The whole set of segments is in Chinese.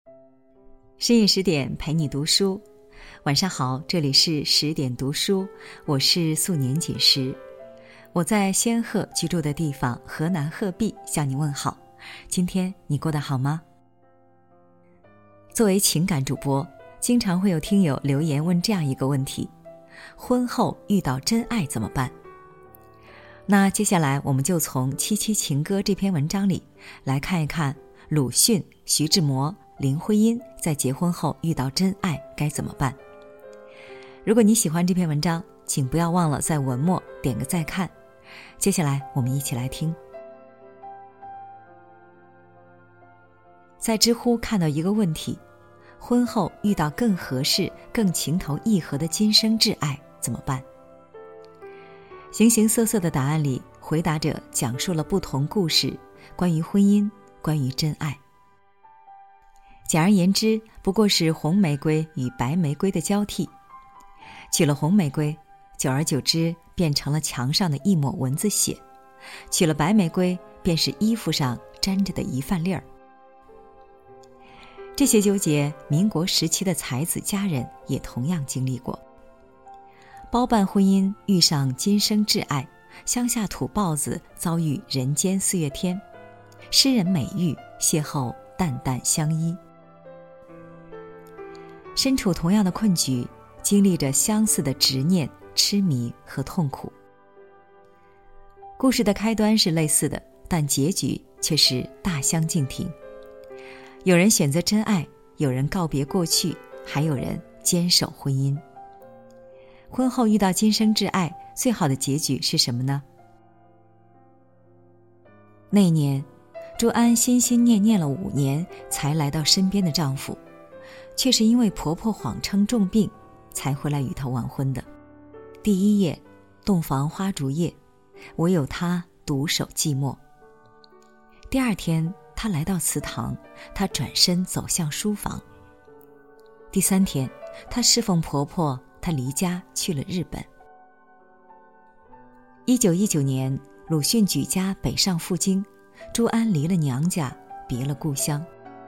深夜10点陪你读书，晚上好，这里是10点读书，我是素年锦时。我在仙鹤居住的地方河南鹤壁向你问好，今天你过得好吗？作为情感主播，经常会有听友留言问这样一个问题：婚后遇到真爱怎么办？那接下来我们就从《七七情歌》这篇文章里来看一看鲁迅、徐志摩、林徽因在结婚后遇到真爱该怎么办。如果你喜欢这篇文章，请不要忘了在文末点个再看。接下来我们一起来听。在知乎看到一个问题：婚后遇到更合适、更情投意合的今生挚爱怎么办？形形色色的答案里，回答者讲述了不同故事，关于婚姻，关于真爱。简而言之，不过是红玫瑰与白玫瑰的交替。娶了红玫瑰，久而久之变成了墙上的一抹蚊子血；娶了白玫瑰，便是衣服上沾着的一饭粒儿。这些纠结，民国时期的才子佳人也同样经历过。包办婚姻遇上今生挚爱，乡下土包子遭遇人间四月天，诗人美玉邂逅淡淡相依。身处同样的困局，经历着相似的执念、痴迷和痛苦。故事的开端是类似的，但结局却是大相径庭。有人选择真爱，有人告别过去，还有人坚守婚姻。婚后遇到今生挚爱，最好的结局是什么呢？那一年，朱安心心念念了5年才来到身边的丈夫，却是因为婆婆谎称重病才回来与她完婚的。第一夜，洞房花烛夜，唯有她独守寂寞。第二天，她来到祠堂，她转身走向书房。第3天，她侍奉婆婆，她离家去了日本。1919年，鲁迅举家北上赴京，朱安离了娘家，别了故乡。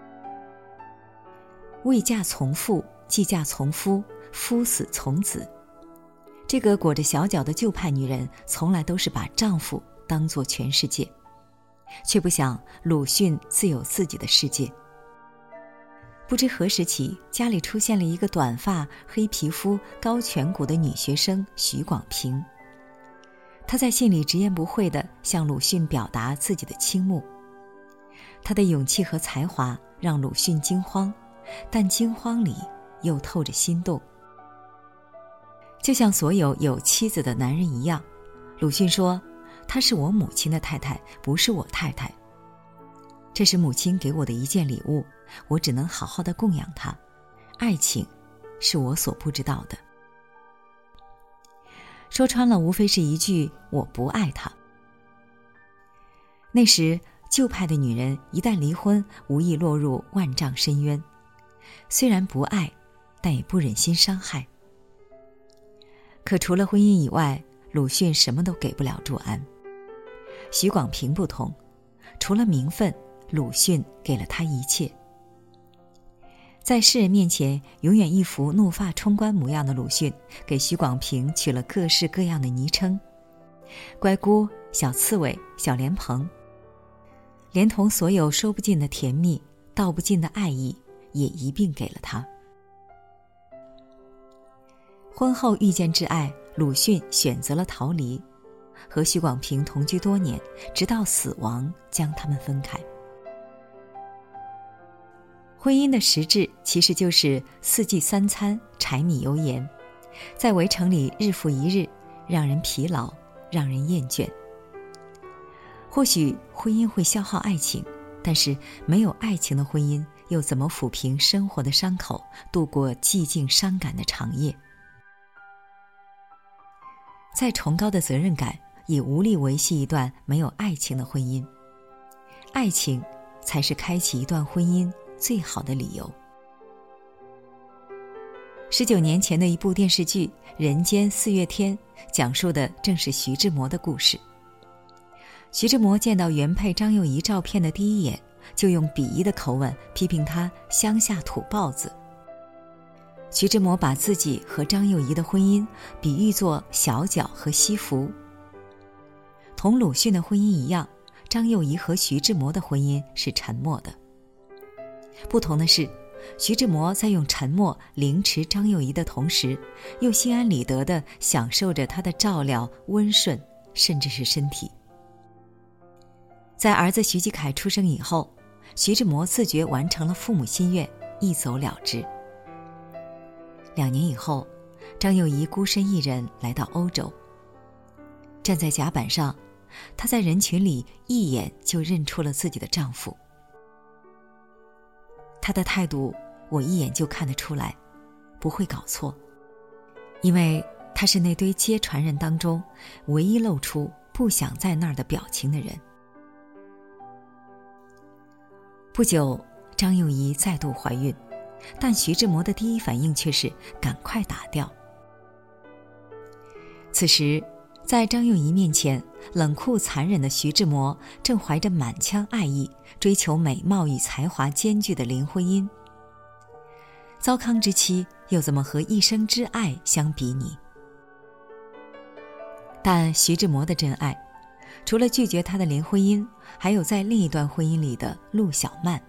未嫁从父，既嫁从夫，夫死从子。这个裹着小脚的旧派女人，从来都是把丈夫当作全世界，却不想鲁迅自有自己的世界。不知何时起，家里出现了一个短发、黑皮肤、高颧骨的女学生许广平。她在信里直言不讳地向鲁迅表达自己的倾慕。她的勇气和才华让鲁迅惊慌，但惊慌里又透着心动。就像所有有妻子的男人一样，鲁迅说，她是我母亲的太太，不是我太太。这是母亲给我的一件礼物，我只能好好的供养她。爱情是我所不知道的。说穿了，无非是一句我不爱他。那时旧派的女人一旦离婚，无疑落入万丈深渊，虽然不爱，但也不忍心伤害。可除了婚姻以外，鲁迅什么都给不了朱安。许广平不同，除了名分，鲁迅给了他一切。在世人面前永远一副怒发冲冠模样的鲁迅，给许广平取了各式各样的昵称：乖姑、小刺猬、小莲蓬，连同所有说不尽的甜蜜、道不尽的爱意也一并给了他。婚后遇见挚爱，鲁迅选择了逃离，和许广平同居多年，直到死亡将他们分开。婚姻的实质其实就是4季3餐，柴米油盐，在围城里日复一日，让人疲劳，让人厌倦。或许婚姻会消耗爱情，但是没有爱情的婚姻又怎么抚平生活的伤口，度过寂静伤感的长夜？再崇高的责任感也无力维系一段没有爱情的婚姻。爱情才是开启一段婚姻最好的理由。19年前的一部电视剧《人间四月天》讲述的正是徐志摩的故事。徐志摩见到原配张幼仪照片的第一眼， 就用鄙夷的口吻批评他乡下土包子。徐志摩把自己和张幼仪的婚姻比喻作小脚和西服。同鲁迅的婚姻一样，张幼仪和徐志摩的婚姻是沉默的。不同的是，徐志摩在用沉默凌迟张幼仪的同时，又心安理得地享受着她的照料、温顺，甚至是身体。在儿子徐继凯出生以后，徐志摩自觉完成了父母心愿，一走了之。2年以后，张幼仪孤身一人来到欧洲。站在甲板上，她在人群里一眼就认出了自己的丈夫。她的态度我一眼就看得出来，不会搞错，因为她是那堆接船人当中唯一露出不想在那儿的表情的人。不久，张幼仪再度怀孕，但徐志摩的第一反应却是赶快打掉。此时，在张幼仪面前，冷酷残忍的徐志摩正怀着满腔爱意，追求美貌与才华兼具的林徽因。糟糠之妻又怎么和一生之爱相比拟？但徐志摩的真爱，除了拒绝他的林徽因，还有在另一段婚姻里的陆小曼。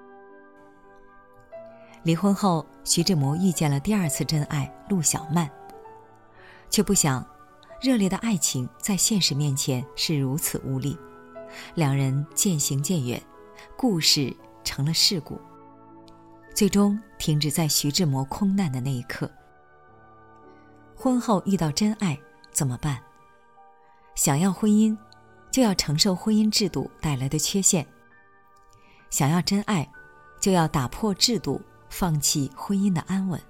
离婚后，徐志摩遇见了第二次真爱陆小曼，却不想热烈的爱情在现实面前是如此无力，两人渐行渐远，故事成了事故，最终停止在徐志摩空难的那一刻。婚后遇到真爱怎么办？想要婚姻，就要承受婚姻制度带来的缺陷；想要真爱，就要打破制度，放弃婚姻的安稳。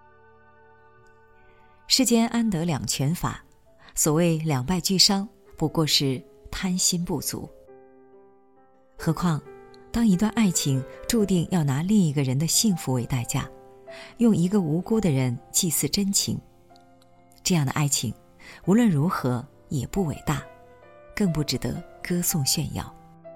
世间安得两全法，所谓两败俱伤，不过是贪心不足。何况，当一段爱情注定要拿另一个人的幸福为代价，用一个无辜的人祭祀真情，这样的爱情，无论如何也不伟大，更不值得歌颂炫耀。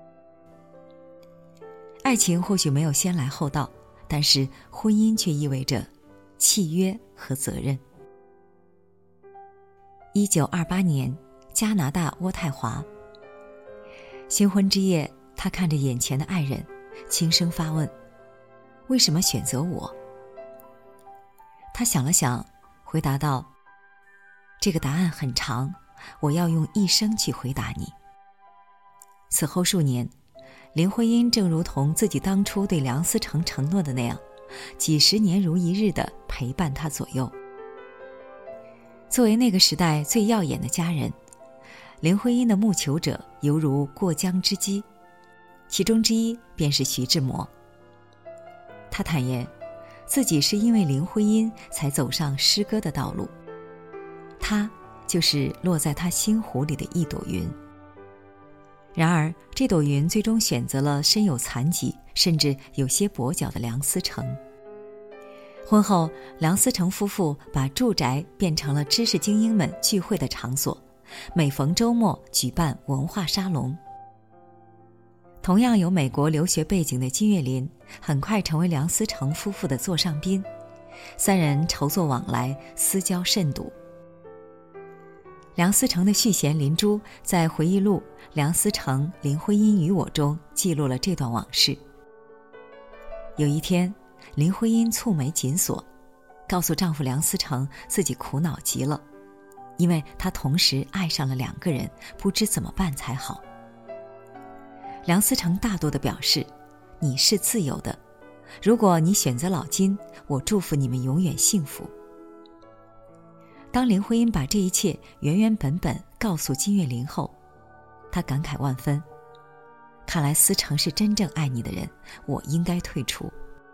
爱情或许没有先来后到，但是婚姻却意味着契约和责任。1928年，加拿大渥太华。新婚之夜，他看着眼前的爱人，轻声发问：为什么选择我？他想了想，回答道：这个答案很长，我要用一生去回答你。此后数年，林徽因正如同自己当初对梁思成承诺的那样，几十年如一日地陪伴他左右。作为那个时代最耀眼的佳人，林徽因的慕求者犹如过江之鲫，其中之一便是徐志摩。他坦言，自己是因为林徽因才走上诗歌的道路，她就是落在他心湖里的一朵云。然而，这朵云最终选择了身有残疾，甚至有些跛脚的梁思成。婚后，梁思成夫妇把住宅变成了知识精英们聚会的场所，每逢周末举办文化沙龙。同样有美国留学背景的金岳霖，很快成为梁思成夫妇的座上宾，三人筹作往来，私交甚笃。梁思成的续弦林洙在回忆录《梁思成、林徽因与我》中记录了这段往事。有一天，林徽因蹙眉紧锁，告诉丈夫梁思成自己苦恼极了，因为她同时爱上了2个人，不知怎么办才好。梁思成大度地表示：你是自由的，如果你选择老金，我祝福你们永远幸福。当林徽因把这一切原原本本告诉金岳霖后，她感慨万分，看来思成是真正爱你的人，我应该退出。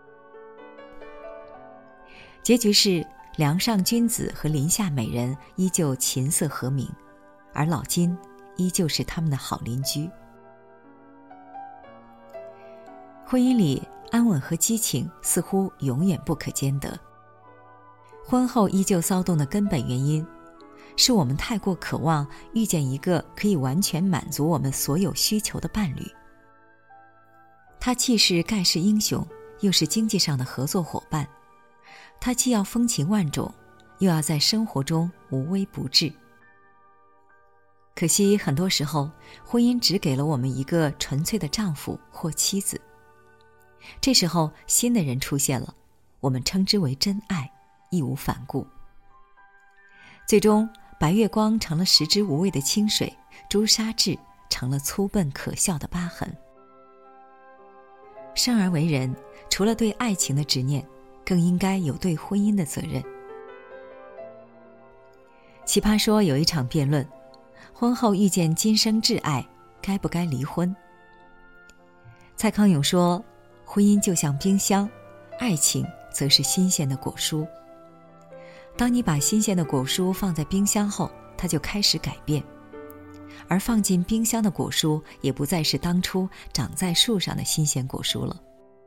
结局是梁上君子和林下美人依旧琴瑟和鸣，而老金依旧是他们的好邻居。婚姻里安稳和激情似乎永远不可兼得。婚后依旧骚动的根本原因，是我们太过渴望遇见一个可以完全满足我们所有需求的伴侣。 他既是盖世英雄，又是经济上的合作伙伴。他既要风情万种，又要在生活中无微不至。可惜很多时候，婚姻只给了我们一个纯粹的丈夫或妻子。这时候新的人出现了，我们称之为真爱，义无反顾。最终白月光成了食之无味的清水，朱砂痣成了粗笨可笑的疤痕。生而为人，除了对爱情的执念，更应该有对婚姻的责任。奇葩说有一场辩论，婚后遇见今生挚爱，该不该离婚？蔡康永说，婚姻就像冰箱，爱情则是新鲜的果蔬。当你把新鲜的果蔬放在冰箱后，它就开始改变，而放进冰箱的果蔬也不再是当初长在树上的新鲜果蔬了。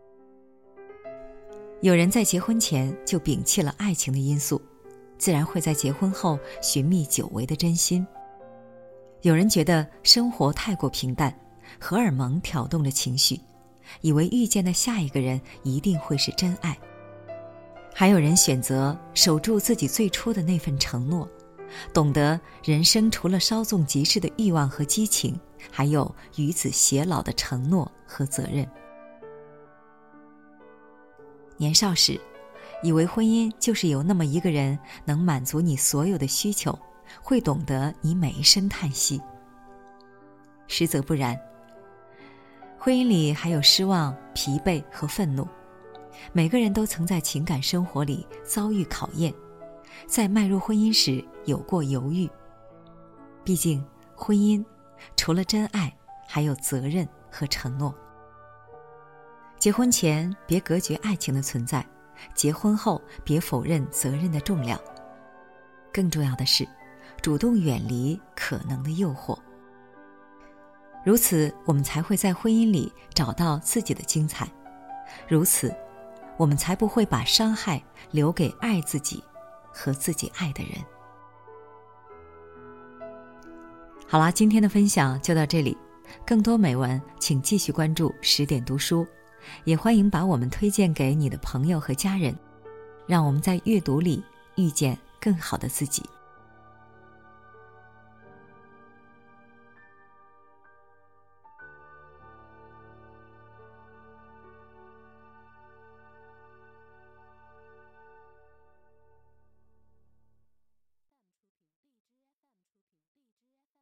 有人在结婚前就摒弃了爱情的因素，自然会在结婚后寻觅久违的真心。有人觉得生活太过平淡，荷尔蒙挑动了情绪，以为遇见的下一个人一定会是真爱。还有人选择守住自己最初的那份承诺，懂得人生除了稍纵即逝的欲望和激情，还有与子偕老的承诺和责任。年少时，以为婚姻就是有那么一个人能满足你所有的需求，会懂得你每一声叹息。实则不然，婚姻里还有失望、疲惫和愤怒。每个人都曾在情感生活里遭遇考验，在迈入婚姻时有过犹豫。毕竟婚姻除了真爱，还有责任和承诺。结婚前别隔绝爱情的存在，结婚后别否认责任的重量。更重要的是，主动远离可能的诱惑。如此，我们才会在婚姻里找到自己的精彩。如此，我们才不会把伤害留给爱自己和自己爱的人。好啦，今天的分享就到这里。更多美文，请继续关注10点读书，也欢迎把我们推荐给你的朋友和家人，让我们在阅读里遇见更好的自己。